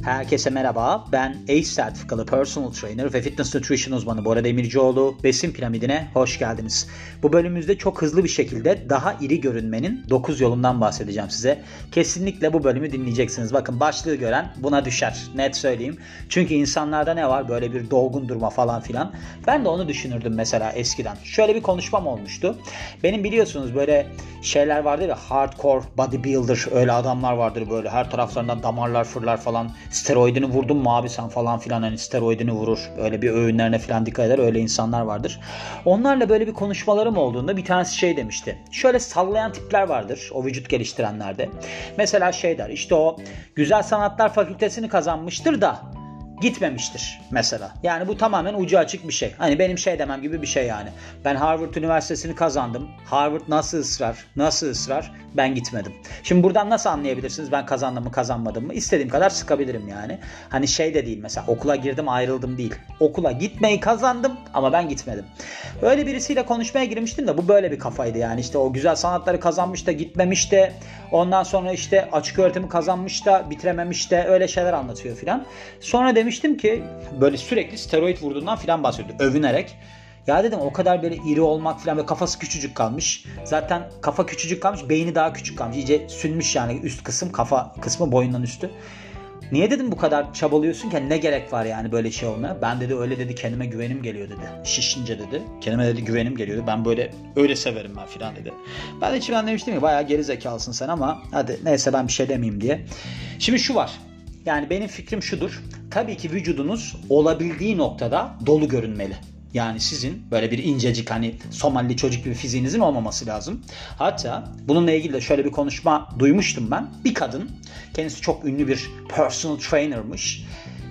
Herkese merhaba. Ben ACE sertifikalı personal trainer ve fitness nutrition uzmanı Bora Demircioğlu. Besin piramidine hoş geldiniz. Bu bölümümüzde çok hızlı bir şekilde daha iri görünmenin 9 yolundan bahsedeceğim size. Kesinlikle bu bölümü dinleyeceksiniz. Bakın başlığı gören buna düşer. Net söyleyeyim. Çünkü insanlarda ne var? Böyle bir dolgun durma falan filan. Ben de onu düşünürdüm mesela eskiden. Şöyle bir konuşmam olmuştu. Benim biliyorsunuz böyle şeyler vardır ya, hardcore bodybuilder, öyle adamlar vardır böyle her taraflarından damarlar fırlar falan. Steroidini vurdun mu abi sen falan filan, hani steroidini vurur. Öyle bir öğünlerine falan dikkat eder. Öyle insanlar vardır. Onlarla böyle bir konuşmalarım olduğunda bir tanesi şey demişti. Şöyle sallayan tipler vardır o vücut geliştirenlerde. Mesela şey der, işte o Güzel Sanatlar Fakültesini kazanmıştır da gitmemiştir mesela. Yani bu tamamen ucu açık bir şey. Hani benim şey demem gibi bir şey yani. Ben Harvard Üniversitesi'ni kazandım. Harvard nasıl ısrar? Nasıl ısrar? Ben gitmedim. Şimdi buradan nasıl anlayabilirsiniz ben kazandım mı kazanmadım mı? İstediğim kadar sıkabilirim yani. Hani şey de değil mesela, okula girdim ayrıldım değil. Okula gitmeyi kazandım ama ben gitmedim. Öyle birisiyle konuşmaya girmiştim de bu böyle bir kafaydı yani. İşte o güzel sanatları kazanmış da gitmemiş de, ondan sonra işte açık öğretimi kazanmış da bitirememiş de, öyle şeyler anlatıyor filan. Sonra demiştim ki böyle sürekli steroid vurduğundan filan bahsediyordu övünerek. Ya dedim o kadar böyle iri olmak filan ve kafası küçücük kalmış. Zaten kafa küçücük kalmış, beyni daha küçük kalmış. İyice sünmüş yani üst kısım, kafa kısmı boyundan üstü. Niye dedim bu kadar çabalıyorsun ki, ne gerek var yani böyle şey olmaya? Ben dedi öyle dedi kendime güvenim geliyor dedi. Şişince dedi. Kendime dedi güvenim geliyordu. Ben böyle öyle severim ben filan dedi. Ben de içimden demiştim ki bayağı geri zekalısın sen ama hadi neyse ben bir şey demeyeyim diye. Şimdi şu var. Yani benim fikrim şudur. Tabii ki vücudunuz olabildiği noktada dolu görünmeli. Yani sizin böyle bir incecik hani Somali çocuk gibi fiziğinizin olmaması lazım. Hatta bununla ilgili de şöyle bir konuşma duymuştum ben. Bir kadın, kendisi çok ünlü bir personal trainer'mış.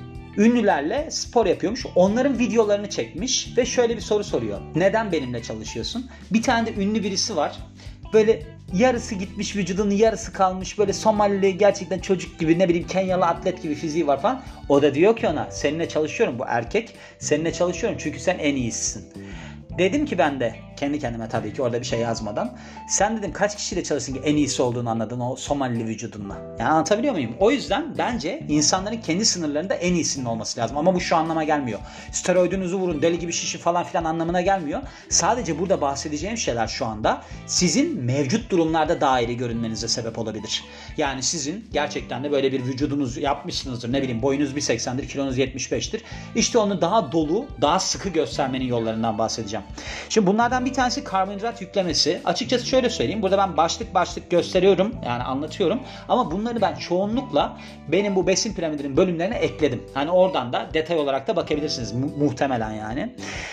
Ünlülerle spor yapıyormuş. Onların videolarını çekmiş ve şöyle bir soru soruyor. Neden benimle çalışıyorsun? Bir tane de ünlü birisi var. Böyle yarısı gitmiş, vücudunun yarısı kalmış, böyle Somalili gerçekten çocuk gibi, ne bileyim Kenyalı atlet gibi fiziği var falan. O da diyor ki ona, seninle çalışıyorum, bu erkek, seninle çalışıyorum çünkü sen en iyisisin. Dedim ki ben de kendi kendime, tabii ki orada bir şey yazmadan, sen dedim kaç kişiyle çalışsın ki en iyisi olduğunu anladın o Somalili vücudunla. Yani anlatabiliyor muyum? O yüzden bence insanların kendi sınırlarında en iyisinin olması lazım. Ama bu şu anlama gelmiyor. Steroidinizi vurun, deli gibi şişi falan filan anlamına gelmiyor. Sadece burada bahsedeceğim şeyler şu anda sizin mevcut durumlarda daha iyi görünmenize sebep olabilir. Yani sizin gerçekten de böyle bir vücudunuz yapmışsınızdır. Ne bileyim boyunuz 1.80'dir, kilonuz 75'tir. İşte onu daha dolu, daha sıkı göstermenin yollarından bahsedeceğim. Şimdi bunlardan bir tanesi karbonhidrat yüklemesi. Açıkçası şöyle söyleyeyim. Burada ben başlık başlık gösteriyorum. Yani anlatıyorum. Ama bunları ben çoğunlukla benim bu besin piramidinin bölümlerine ekledim. Hani oradan da detay olarak da bakabilirsiniz. Muhtemelen yani.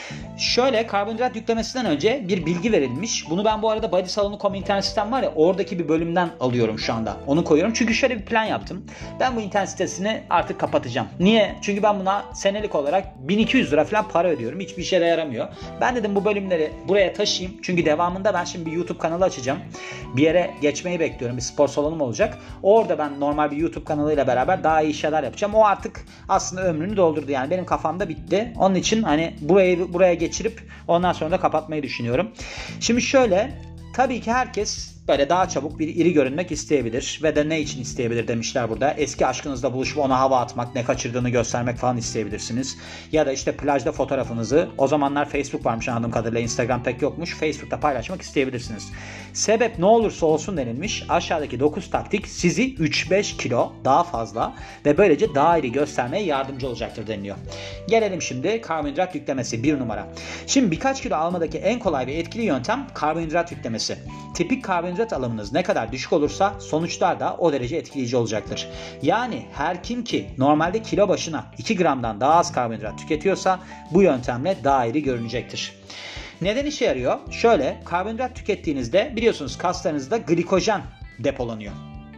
Şöyle, karbonhidrat yüklemesinden önce bir bilgi verilmiş. Bunu ben bu arada bodysalonu.com internet sitem var ya, oradaki bir bölümden alıyorum şu anda. Onu koyuyorum. Çünkü şöyle bir plan yaptım. Ben bu internet sitesini artık kapatacağım. Niye? Çünkü ben buna senelik olarak 1200 lira falan para ödüyorum. Hiçbir işe yaramıyor. Ben dedim bu bölümleri buraya taşıyayım. Çünkü devamında ben şimdi bir YouTube kanalı açacağım. Bir yere geçmeyi bekliyorum. Bir spor salonum olacak. Orada ben normal bir YouTube kanalıyla beraber daha iyi şeyler yapacağım. O artık aslında ömrünü doldurdu. Yani benim kafamda bitti. Onun için hani buraya geçirip ondan sonra da kapatmayı düşünüyorum. Şimdi şöyle, tabii ki herkes böyle daha çabuk bir iri görünmek isteyebilir ve de ne için isteyebilir demişler burada. Eski aşkınızla buluşup ona hava atmak, ne kaçırdığını göstermek falan isteyebilirsiniz. Ya da işte plajda fotoğrafınızı, o zamanlar Facebook varmış anladığım kadarıyla, Instagram pek yokmuş, Facebook'ta paylaşmak isteyebilirsiniz. Sebep ne olursa olsun denilmiş. Aşağıdaki 9 taktik sizi 3-5 kilo daha fazla ve böylece daha iri göstermeye yardımcı olacaktır deniliyor. Gelelim şimdi karbonhidrat yüklemesi 1 numara. Şimdi birkaç kilo almadaki en kolay ve etkili yöntem karbonhidrat yüklemesi. Tipik karbonhidrat alımınız ne kadar düşük olursa sonuçlar da o derece etkileyici olacaktır. Yani her kim ki normalde kilo başına 2 gramdan daha az karbonhidrat tüketiyorsa bu yöntemle daha iri görünecektir. Neden işe yarıyor? Şöyle, karbonhidrat tükettiğinizde biliyorsunuz kaslarınızda glikojen depolanıyor.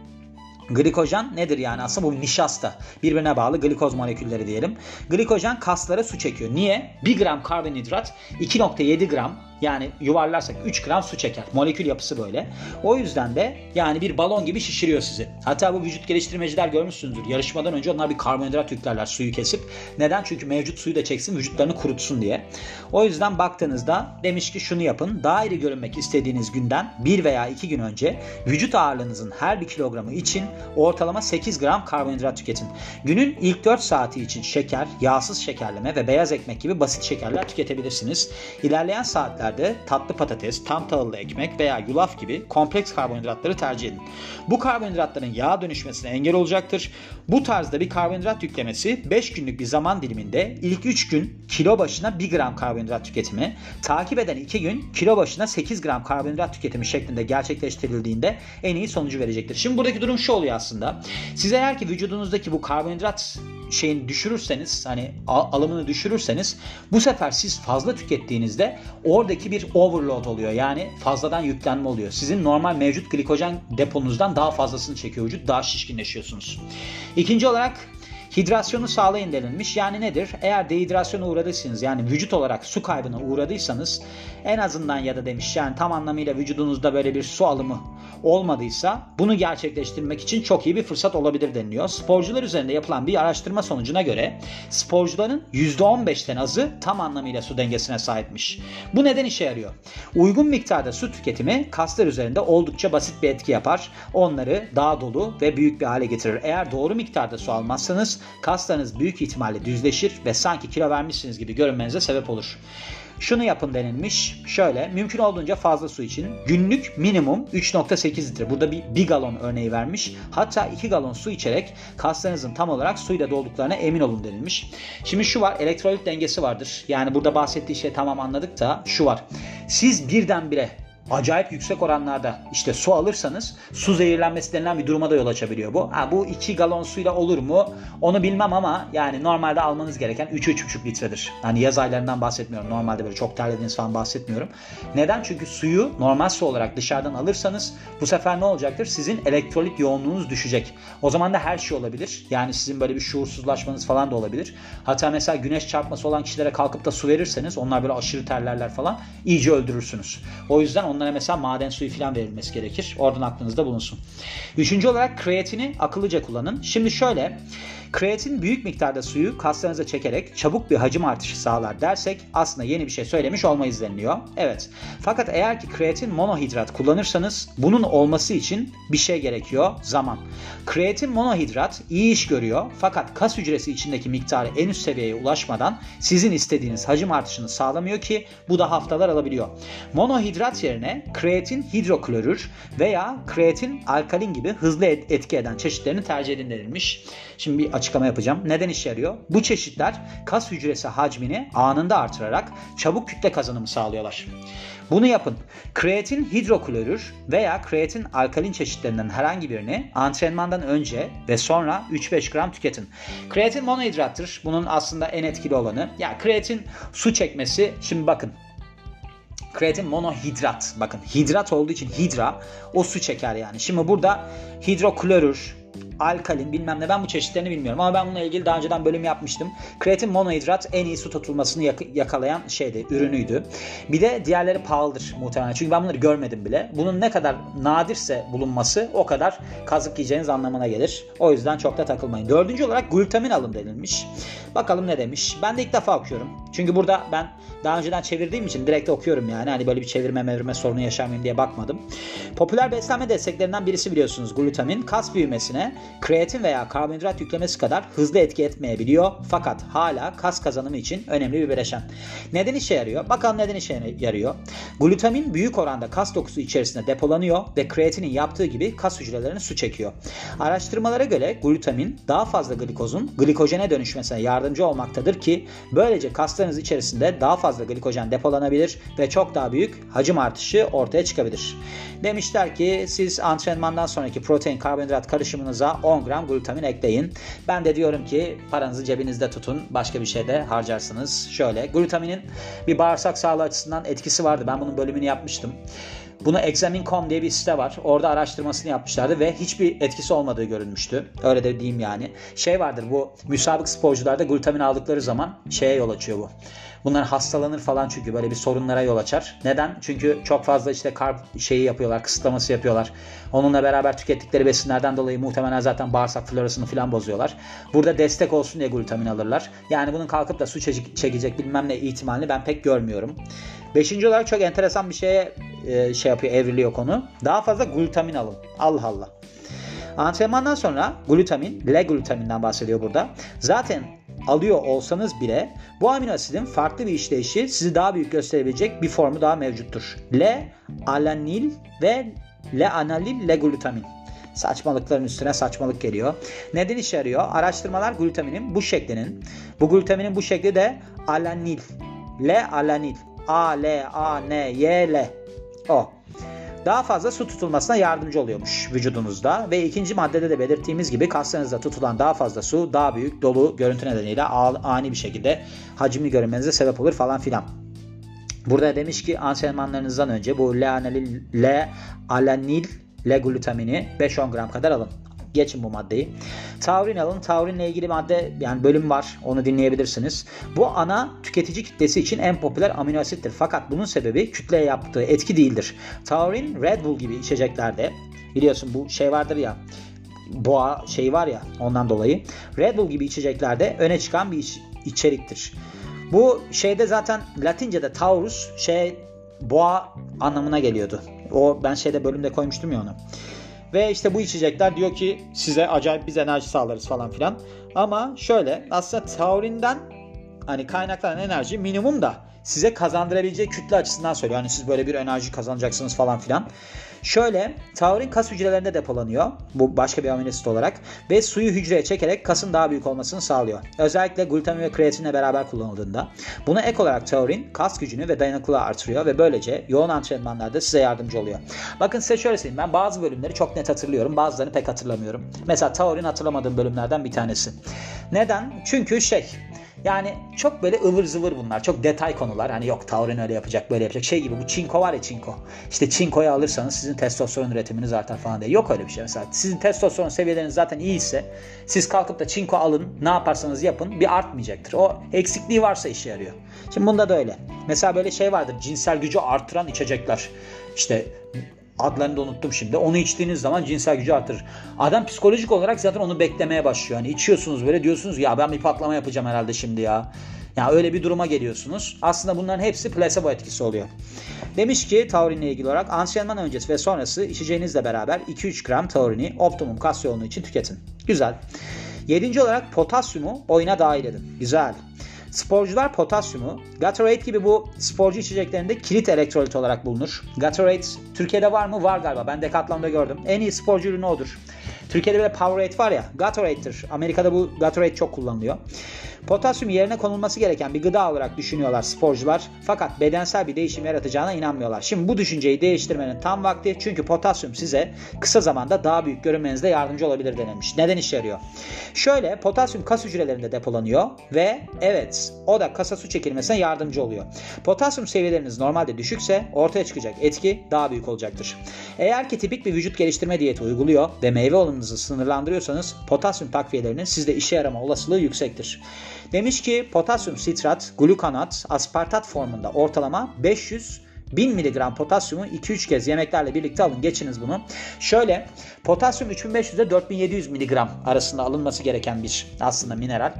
Glikojen nedir yani? Aslında bu nişasta. Birbirine bağlı glikoz molekülleri diyelim. Glikojen kaslara su çekiyor. Niye? 1 gram karbonhidrat 2.7 gram yani yuvarlarsak 3 gram su çeker. Molekül yapısı böyle. O yüzden de yani bir balon gibi şişiriyor sizi. Hatta bu vücut geliştirmeciler görmüşsünüzdür. Yarışmadan önce onlar bir karbonhidrat yüklerler suyu kesip. Neden? Çünkü mevcut suyu da çeksin, vücutlarını kurutsun diye. O yüzden baktığınızda demiş ki şunu yapın. Daha iri görünmek istediğiniz günden 1 veya 2 gün önce vücut ağırlığınızın her 1 kilogramı için ortalama 8 gram karbonhidrat tüketin. Günün ilk 4 saati için şeker, yağsız şekerleme ve beyaz ekmek gibi basit şekerler tüketebilirsiniz. İlerleyen saatlerde tatlı patates, tam tahıllı ekmek veya yulaf gibi kompleks karbonhidratları tercih edin. Bu karbonhidratların yağa dönüşmesine engel olacaktır. Bu tarzda bir karbonhidrat yüklemesi 5 günlük bir zaman diliminde ilk 3 gün kilo başına 1 gram karbonhidrat tüketimi, takip eden 2 gün kilo başına 8 gram karbonhidrat tüketimi şeklinde gerçekleştirildiğinde en iyi sonucu verecektir. Şimdi buradaki durum şu oluyor aslında. Siz eğer ki vücudunuzdaki bu karbonhidrat şeyini düşürürseniz, hani alımını düşürürseniz, bu sefer siz fazla tükettiğinizde oradaki bir overload oluyor. Yani fazladan yüklenme oluyor. Sizin normal mevcut glikojen deponuzdan daha fazlasını çekiyor vücut. Daha şişkinleşiyorsunuz. İkinci olarak hidrasyonu sağlayın denilmiş. Yani nedir? Eğer dehidrasyona uğradıysanız, yani vücut olarak su kaybına uğradıysanız en azından, ya da demiş yani tam anlamıyla vücudunuzda böyle bir su alımı olmadıysa bunu gerçekleştirmek için çok iyi bir fırsat olabilir deniliyor. Sporcular üzerinde yapılan bir araştırma sonucuna göre sporcuların %15'ten azı tam anlamıyla su dengesine sahipmiş. Bu neden işe yarıyor? Uygun miktarda su tüketimi kaslar üzerinde oldukça basit bir etki yapar. Onları daha dolu ve büyük bir hale getirir. Eğer doğru miktarda su almazsanız kaslarınız büyük ihtimalle düzleşir ve sanki kilo vermişsiniz gibi görünmenize sebep olur. Şunu yapın denilmiş. Şöyle, mümkün olduğunca fazla su için günlük minimum 3.8 litre. Burada bir galon örneği vermiş. Hatta 2 galon su içerek kaslarınızın tam olarak suyla dolduklarına emin olun denilmiş. Şimdi şu var, elektrolit dengesi vardır. Yani burada bahsettiği şey tamam anladık da şu var. Siz birdenbire acayip yüksek oranlarda işte su alırsanız su zehirlenmesi denilen bir duruma da yol açabiliyor bu. Bu 2 galon suyla olur mu? Onu bilmem ama yani normalde almanız gereken 3-3,5 litredir. Yani yaz aylarından bahsetmiyorum. Normalde böyle çok terlediğiniz falan bahsetmiyorum. Neden? Çünkü suyu normal su olarak dışarıdan alırsanız bu sefer ne olacaktır? Sizin elektrolit yoğunluğunuz düşecek. O zaman da her şey olabilir. Yani sizin böyle bir şuursuzlaşmanız falan da olabilir. Hatta mesela güneş çarpması olan kişilere kalkıp da su verirseniz onlar böyle aşırı terlerler falan, iyice öldürürsünüz. O yüzden onlara mesela maden suyu falan verilmesi gerekir. Oradan aklınızda bulunsun. Üçüncü olarak kreatini akıllıca kullanın. Şimdi şöyle, kreatin büyük miktarda suyu kaslarınıza çekerek çabuk bir hacim artışı sağlar dersek aslında yeni bir şey söylemiş olmayız deniliyor. Evet. Fakat eğer ki kreatin monohidrat kullanırsanız bunun olması için bir şey gerekiyor. Zaman. Kreatin monohidrat iyi iş görüyor fakat kas hücresi içindeki miktarı en üst seviyeye ulaşmadan sizin istediğiniz hacim artışını sağlamıyor ki bu da haftalar alabiliyor. Monohidrat yerine kreatin hidroklorür veya kreatin alkalin gibi hızlı etki eden çeşitlerini tercih edin denilmiş. Şimdi bir açıklama yapacağım. Neden işe yarıyor? Bu çeşitler kas hücresi hacmini anında artırarak çabuk kütle kazanımı sağlıyorlar. Bunu yapın. Kreatin hidroklorür veya kreatin alkalin çeşitlerinden herhangi birini antrenmandan önce ve sonra 3-5 gram tüketin. Kreatin monohidrattır. Bunun aslında en etkili olanı. Ya kreatin su çekmesi, şimdi bakın. Kreatin monohidrat. Bakın hidrat olduğu için hidra, o su çeker yani. Şimdi burada hidroklorür, alkalin bilmem ne, ben bu çeşitlerini bilmiyorum ama ben bununla ilgili daha önceden bölüm yapmıştım. Kreatin monohidrat en iyi su tutulmasını yakalayan ürünüydü. Bir de diğerleri pahalıdır muhtemelen. Çünkü ben bunları görmedim bile. Bunun ne kadar nadirse bulunması o kadar kazık yiyeceğiniz anlamına gelir. O yüzden çok da takılmayın. Dördüncü olarak glutamin alın denilmiş. Bakalım ne demiş. Ben de ilk defa okuyorum. Çünkü burada ben daha önceden çevirdiğim için direkt okuyorum yani. Hani böyle bir çevirme sorunu yaşar mıyım diye bakmadım. Popüler beslenme desteklerinden birisi biliyorsunuz glutamin. Kas büyümesine kreatin veya karbonhidrat yüklemesi kadar hızlı etki etmeyebiliyor. Fakat hala kas kazanımı için önemli bir bileşen. Neden işe yarıyor? Bakalım neden işe yarıyor. Glutamin büyük oranda kas dokusu içerisinde depolanıyor ve kreatinin yaptığı gibi kas hücrelerini su çekiyor. Araştırmalara göre glutamin daha fazla glikozun glikojene dönüşmesine yardımcı olmaktadır ki böylece kaslarınız içerisinde daha fazla glikojen depolanabilir ve çok daha büyük hacim artışı ortaya çıkabilir. Demişler ki siz antrenmandan sonraki protein karbonhidrat karışımınıza 10 gram glutamin ekleyin. Ben de diyorum ki paranızı cebinizde tutun, başka bir şeyde harcarsınız. Şöyle, glutaminin bir bağırsak sağlığı açısından etkisi vardı. Ben bunun bölümünü yapmıştım. Bunu Examine.com diye bir site var. Orada araştırmasını yapmışlardı ve hiçbir etkisi olmadığı görülmüştü. Öyle de diyeyim yani. Şey vardır, bu müsabık sporcularda glutamin aldıkları zaman şeye yol açıyor bu. Bunlar hastalanır falan, çünkü böyle bir sorunlara yol açar. Neden? Çünkü çok fazla işte karb şeyi yapıyorlar, kısıtlaması yapıyorlar. Onunla beraber tükettikleri besinlerden dolayı muhtemelen zaten bağırsak florasını falan bozuyorlar. Burada destek olsun diye glutamin alırlar. Yani bunun kalkıp da su çekecek bilmem ne ihtimalini ben pek görmüyorum. 5. olarak çok enteresan bir şeye evriliyor konu. Daha fazla glutamin alın. Allah Allah. Antrenmandan sonra glutamin, L-glutaminden bahsediyor burada. Zaten alıyor olsanız bile bu amino asidin farklı bir işleyişi sizi daha büyük gösterebilecek bir formu daha mevcuttur. L-alanil ve L-analil L-glutamin. Saçmalıkların üstüne saçmalık geliyor. Neden işe yarıyor? Araştırmalar bu glutaminin bu şekli de alanil. L-alanil. A-L-A-N-Y-L. O. Daha fazla su tutulmasına yardımcı oluyormuş vücudunuzda ve ikinci maddede de belirttiğimiz gibi kaslarınızda tutulan daha fazla su daha büyük dolu görüntü nedeniyle ani bir şekilde hacimli görünmenize sebep olur falan filan. Burada demiş ki antrenmanlarınızdan önce bu L-alanil L-glutamini 5-10 gram kadar alın. Geçin bu maddeyi. Taurin alın. Taurinle ilgili madde, yani bölüm var. Onu dinleyebilirsiniz. Bu ana tüketici kitlesi için en popüler amino asittir. Fakat bunun sebebi kütleye yaptığı etki değildir. Taurin, Red Bull gibi içeceklerde, biliyorsun bu şey vardır ya, boğa şey var ya, ondan dolayı Red Bull gibi içeceklerde öne çıkan bir içeriktir. Bu şeyde zaten Latince'de taurus boğa anlamına geliyordu. O ben bölümde koymuştum ya onu. Ve işte bu içecekler diyor ki size acayip biz enerji sağlarız falan filan. Ama şöyle, aslında taurinden hani kaynaklanan enerji minimum da size kazandırabileceği kütle açısından söylüyor. Yani siz böyle bir enerji kazanacaksınız falan filan. Şöyle, taurin kas hücrelerinde depolanıyor. Bu başka bir amino asit olarak. Ve suyu hücreye çekerek kasın daha büyük olmasını sağlıyor. Özellikle glutamin ve kreatinle beraber kullanıldığında. Buna ek olarak taurin kas gücünü ve dayanıklılığı artırıyor ve böylece yoğun antrenmanlarda size yardımcı oluyor. Bakın size şöyle söyleyeyim. Ben bazı bölümleri çok net hatırlıyorum. Bazılarını pek hatırlamıyorum. Mesela taurin hatırlamadığım bölümlerden bir tanesi. Neden? Çünkü yani çok böyle ıvır zıvır bunlar. Çok detay konular. Hani yok taurin öyle yapacak, böyle yapacak. Şey gibi, bu çinko var ya, çinko. İşte çinkoyu alırsanız sizin testosteron üretiminiz artar falan diye. Yok öyle bir şey mesela. Sizin testosteron seviyeleriniz zaten iyiyse siz kalkıp da çinko alın, ne yaparsanız yapın bir artmayacaktır. O eksikliği varsa işe yarıyor. Şimdi bunda da öyle. Mesela böyle şey vardır. Cinsel gücü artıran içecekler. İşte adlarını da unuttum şimdi. Onu içtiğiniz zaman cinsel gücü artırır. Adam psikolojik olarak zaten onu beklemeye başlıyor. Hani içiyorsunuz böyle, diyorsunuz ya ben bir patlama yapacağım herhalde şimdi ya. Yani öyle bir duruma geliyorsunuz. Aslında bunların hepsi plasebo etkisi oluyor. Demiş ki taurinle ilgili olarak antrenman öncesi ve sonrası içeceğinizle beraber 2-3 gram taurini optimum kas yoğunluğu için tüketin. Güzel. 7. olarak potasyumu oyuna dahil edin. Güzel. Sporcular potasyumu Gatorade gibi bu sporcu içeceklerinde kilit elektrolit olarak bulunur. Gatorade Türkiye'de var mı? Var galiba. Ben Decathlon'da gördüm. En iyi sporcu ürünü odur. Türkiye'de böyle Powerade var ya, Gatorade'tir. Amerika'da bu Gatorade çok kullanılıyor. Potasyum yerine konulması gereken bir gıda olarak düşünüyorlar sporcular. Fakat bedensel bir değişim yaratacağına inanmıyorlar. Şimdi bu düşünceyi değiştirmenin tam vakti. Çünkü potasyum size kısa zamanda daha büyük görünmenizde yardımcı olabilir denilmiş. Neden işe yarıyor? Şöyle, potasyum kas hücrelerinde depolanıyor ve evet, o da kasa su çekilmesine yardımcı oluyor. Potasyum seviyeleriniz normalde düşükse ortaya çıkacak etki daha büyük olacaktır. Eğer ki tipik bir vücut geliştirme diyeti uyguluyor ve meyve alımınızı sınırlandırıyorsanız potasyum takviyelerinin sizde işe yarama olasılığı yüksektir. Demiş ki potasyum sitrat, glukanat, aspartat formunda ortalama 500-1000 mg potasyumu 2-3 kez yemeklerle birlikte alın. Geçiniz bunu. Şöyle, potasyum 3500 ile 4700 mg arasında alınması gereken bir aslında mineral.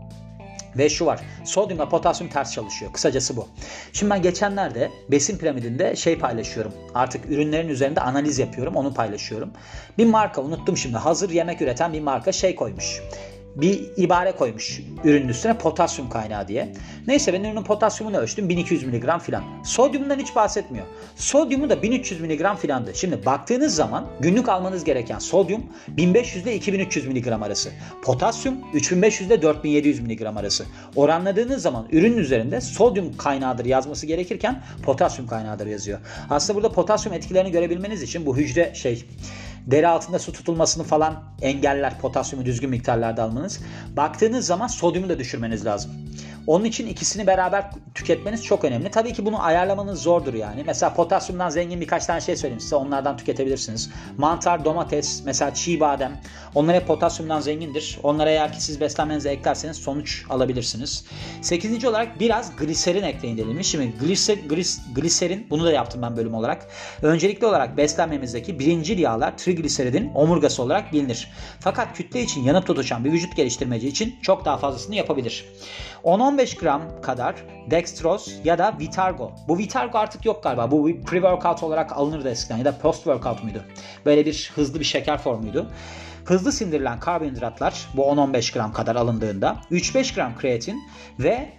Ve şu var, sodyumla potasyum ters çalışıyor. Kısacası bu. Şimdi ben geçenlerde besin piramidinde paylaşıyorum. Artık ürünlerin üzerinde analiz yapıyorum. Onu paylaşıyorum. Bir marka, unuttum şimdi, hazır yemek üreten bir marka koymuş. Bir ibare koymuş ürünün üstüne, potasyum kaynağı diye. Neyse, ben ürünün potasyumunu ölçtüm, 1200 mg filan. Sodyumundan hiç bahsetmiyor. Sodyumu da 1300 mg filandı. Şimdi baktığınız zaman günlük almanız gereken sodyum 1500 ile 2300 mg arası. Potasyum 3500 ile 4700 mg arası. Oranladığınız zaman ürünün üzerinde sodyum kaynağıdır yazması gerekirken potasyum kaynağıdır yazıyor. Aslında burada potasyum etkilerini görebilmeniz için bu hücre deri altında su tutulmasını falan engeller, potasyumu düzgün miktarlarda almanız. Baktığınız zaman sodyumu da düşürmeniz lazım. Onun için ikisini beraber tüketmeniz çok önemli. Tabii ki bunu ayarlamanız zordur yani. Mesela potasyumdan zengin birkaç tane şey söyleyeyim size. Onlardan tüketebilirsiniz. Mantar, domates, mesela çiğ badem. Onlar hep potasyumdan zengindir. Onlara eğer ki siz beslenmenize eklerseniz sonuç alabilirsiniz. 8. olarak biraz gliserin ekleyin denilmiş. Şimdi gliserin, bunu da yaptım ben bölüm olarak. Öncelikli olarak beslenmemizdeki birincil yağlar trigliseridin omurgası olarak bilinir. Fakat kütle için yanıp tutuşan bir vücut geliştirmeci için çok daha fazlasını yapabilir. 10-15 gram kadar dextroz ya da Vitargo. Bu Vitargo artık yok galiba. Bu bir pre-workout olarak alınırdı eskiden ya da post-workout muydu? Böyle bir hızlı bir şeker formuydu. Hızlı sindirilen karbonhidratlar bu 10-15 gram kadar alındığında 3-5 gram kreatin ve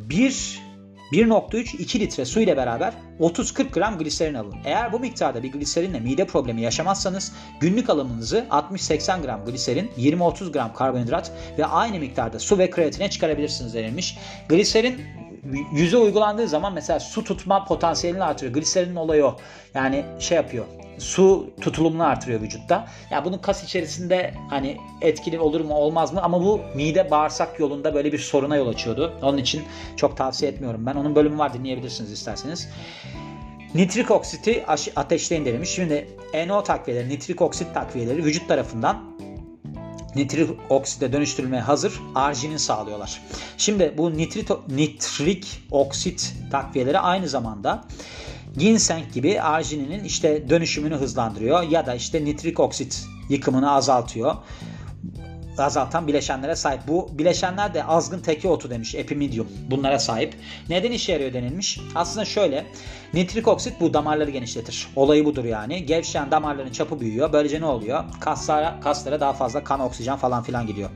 1.3-2 litre su ile beraber 30-40 gram gliserin alın. Eğer bu miktarda bir gliserinle mide problemi yaşamazsanız günlük alımınızı 60-80 gram gliserin, 20-30 gram karbonhidrat ve aynı miktarda su ve kreatine çıkarabilirsiniz denilmiş. Gliserin yüze uygulandığı zaman mesela su tutma potansiyelini artırıyor. Gliserinin olayı o. Yani şey yapıyor. Su tutulumunu artırıyor vücutta. Yani bunun kas içerisinde hani etkili olur mu olmaz mı? Ama bu mide bağırsak yolunda böyle bir soruna yol açıyordu. Onun için çok tavsiye etmiyorum ben. Onun bölümü var, dinleyebilirsiniz isterseniz. Nitrik oksiti ateşleyin denilmiş. Şimdi NO takviyeleri, nitrik oksit takviyeleri vücut tarafından nitrik oksite dönüştürülmeye hazır arginin sağlıyorlar. Şimdi bu nitrik oksit takviyeleri aynı zamanda ginseng gibi argininin işte dönüşümünü hızlandırıyor ya da işte nitrik oksit yıkımını azaltan bileşenlere sahip. Bu bileşenler de azgın teke otu demiş, epimidium. Bunlara sahip. Neden işe yarıyor denilmiş? Aslında şöyle, nitrik oksit bu damarları genişletir. Olayı budur yani. Gevşeyen damarların çapı büyüyor. Böylece ne oluyor? Kaslara daha fazla kan, oksijen falan filan gidiyor.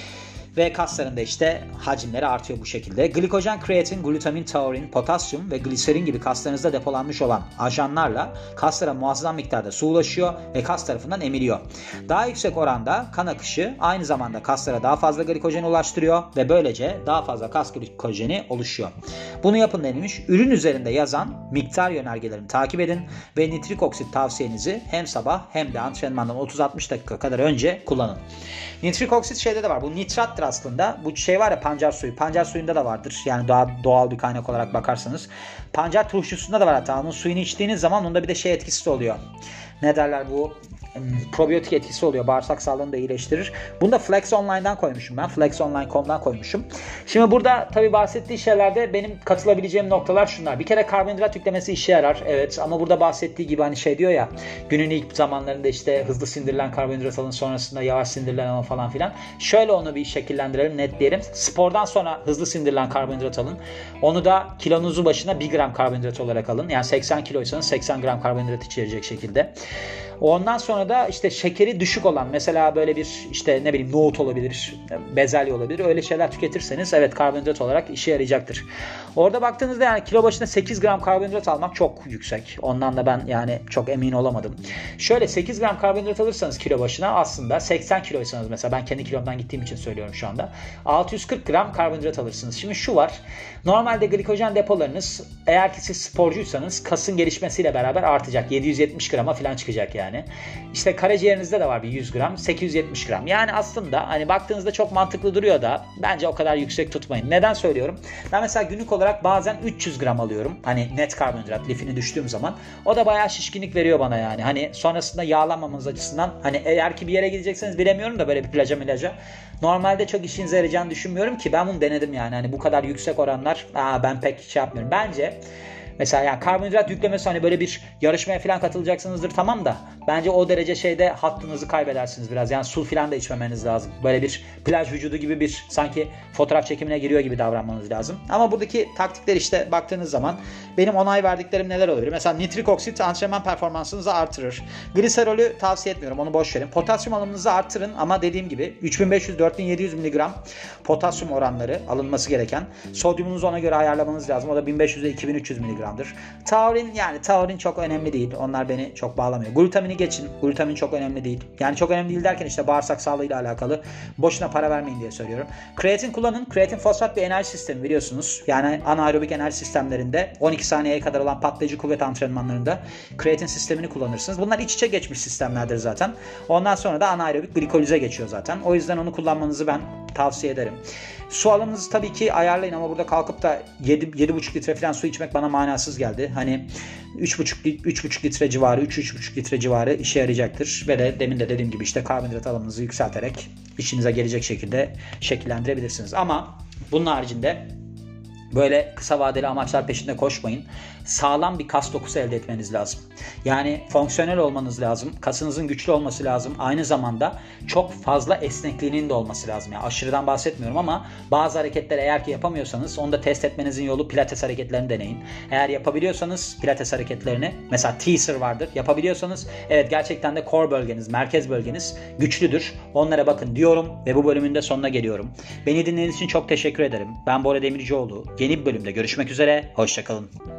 Ve kaslarında işte hacimleri artıyor bu şekilde. Glikojen, kreatin, glutamin, taurin, potasyum ve gliserin gibi kaslarınızda depolanmış olan ajanlarla kaslara muazzam miktarda su ulaşıyor ve kas tarafından emiliyor. Daha yüksek oranda kan akışı aynı zamanda kaslara daha fazla glikojeni ulaştırıyor ve böylece daha fazla kas glikojeni oluşuyor. Bunu yapın denilmiş. Ürün üzerinde yazan miktar yönergelerini takip edin ve nitrik oksit tavsiyenizi hem sabah hem de antrenmandan 30-60 dakika kadar önce kullanın. Nitrik oksit şeyde de var. Bu nitrattır aslında. Bu şey var ya, pancar suyu. Pancar suyunda da vardır. Yani daha doğal bir kaynak olarak bakarsanız. Pancar turşusunda da var hatta. Onun suyunu içtiğiniz zaman onda bir de şey etkisi de oluyor. Ne derler bu? Probiyotik etkisi oluyor. Bağırsak sağlığını da iyileştirir. Bunu da Flex Online'dan koymuşum ben. flexonline.com'dan koymuşum. Şimdi burada tabii bahsettiği şeylerde benim katılabileceğim noktalar şunlar. Bir kere karbonhidrat yüklemesi işe yarar. Evet, ama burada bahsettiği gibi hani şey diyor ya, günün ilk zamanlarında işte hızlı sindirilen karbonhidrat alın, sonrasında yavaş sindirilen alın falan filan. Şöyle onu bir şekillendirelim, netleyelim. Spordan sonra hızlı sindirilen karbonhidrat alın. Onu da kilonuzu başına 1 gram karbonhidrat olarak alın. Yani 80 kiloysanız 80 gram karbonhidrat içerecek şekilde. Ondan sonra da işte şekeri düşük olan, mesela böyle bir işte ne bileyim nohut olabilir, bezelye olabilir. Öyle şeyler tüketirseniz evet karbonhidrat olarak işe yarayacaktır. Orada baktığınızda yani kilo başına 8 gram karbonhidrat almak çok yüksek. Ondan da ben yani çok emin olamadım. Şöyle 8 gram karbonhidrat alırsanız kilo başına, aslında 80 kiloysanız mesela, ben kendi kilomdan gittiğim için söylüyorum şu anda, 640 gram karbonhidrat alırsınız. Şimdi şu var. Normalde glikojen depolarınız, eğer ki siz sporcuysanız, kasın gelişmesiyle beraber artacak. 770 grama falan çıkacak yani. İşte karaciğerinizde de var bir 100 gram, 870 gram. Yani aslında hani baktığınızda çok mantıklı duruyor da bence o kadar yüksek tutmayın. Neden söylüyorum? Ben mesela günlük olarak bazen 300 gram alıyorum. Hani net karbonhidrat, lifini düştüğüm zaman. O da bayağı şişkinlik veriyor bana yani. Hani sonrasında yağlanmamanız açısından, hani eğer ki bir yere gidecekseniz bilemiyorum da, böyle bir plaja normalde çok işinize yarayacağını düşünmüyorum ki, ben bunu denedim yani. Hani bu kadar yüksek oranlar ben pek şey yapmıyorum. Bence mesela yani karbonhidrat yüklemesi, hani böyle bir yarışmaya falan katılacaksınızdır tamam da, bence o derece şeyde hattınızı kaybedersiniz biraz. Yani su falan da içmemeniz lazım. Böyle bir plaj vücudu gibi, bir sanki fotoğraf çekimine giriyor gibi davranmanız lazım. Ama buradaki taktikler işte baktığınız zaman benim onay verdiklerim neler olabilir? Mesela nitrik oksit antrenman performansınızı artırır. Gliserolü tavsiye etmiyorum, onu boş verin. Potasyum alımınızı artırın ama dediğim gibi 3500-4700 mg potasyum oranları alınması gereken. Sodyumunuzu ona göre ayarlamanız lazım. O da 1500-2300 mg. Taurin çok önemli değil. Onlar beni çok bağlamıyor. Glutamini geçin. Glutamin çok önemli değil. Yani çok önemli değil derken işte bağırsak sağlığıyla alakalı. Boşuna para vermeyin diye söylüyorum. Kreatin kullanın. Kreatin fosfat bir enerji sistemi biliyorsunuz. Yani anaerobik enerji sistemlerinde 12 saniyeye kadar olan patlayıcı kuvvet antrenmanlarında kreatin sistemini kullanırsınız. Bunlar iç içe geçmiş sistemlerdir zaten. Ondan sonra da anaerobik glikolize geçiyor zaten. O yüzden onu kullanmanızı ben tavsiye ederim. Su alımınızı tabii ki ayarlayın ama burada kalkıp da 7,5 litre falan su içmek bana manasız geldi. Hani 3,5 litre civarı, 3,5 litre civarı işe yarayacaktır. Ve de demin de dediğim gibi işte karbonhidrat alımınızı yükselterek işinize gelecek şekilde şekillendirebilirsiniz. Ama bunun haricinde böyle kısa vadeli amaçlar peşinde koşmayın. Sağlam bir kas dokusu elde etmeniz lazım. Yani fonksiyonel olmanız lazım. Kasınızın güçlü olması lazım. Aynı zamanda çok fazla esnekliğinin de olması lazım. Yani aşırıdan bahsetmiyorum ama bazı hareketleri eğer ki yapamıyorsanız onu da test etmenizin yolu pilates hareketlerini deneyin. Eğer yapabiliyorsanız pilates hareketlerini, mesela teaser vardır. Yapabiliyorsanız evet gerçekten de core bölgeniz, merkez bölgeniz güçlüdür. Onlara bakın diyorum ve bu bölümün de sonuna geliyorum. Beni dinlediğiniz için çok teşekkür ederim. Ben Bora Demircioğlu. Yeni bir bölümde görüşmek üzere. Hoşça kalın.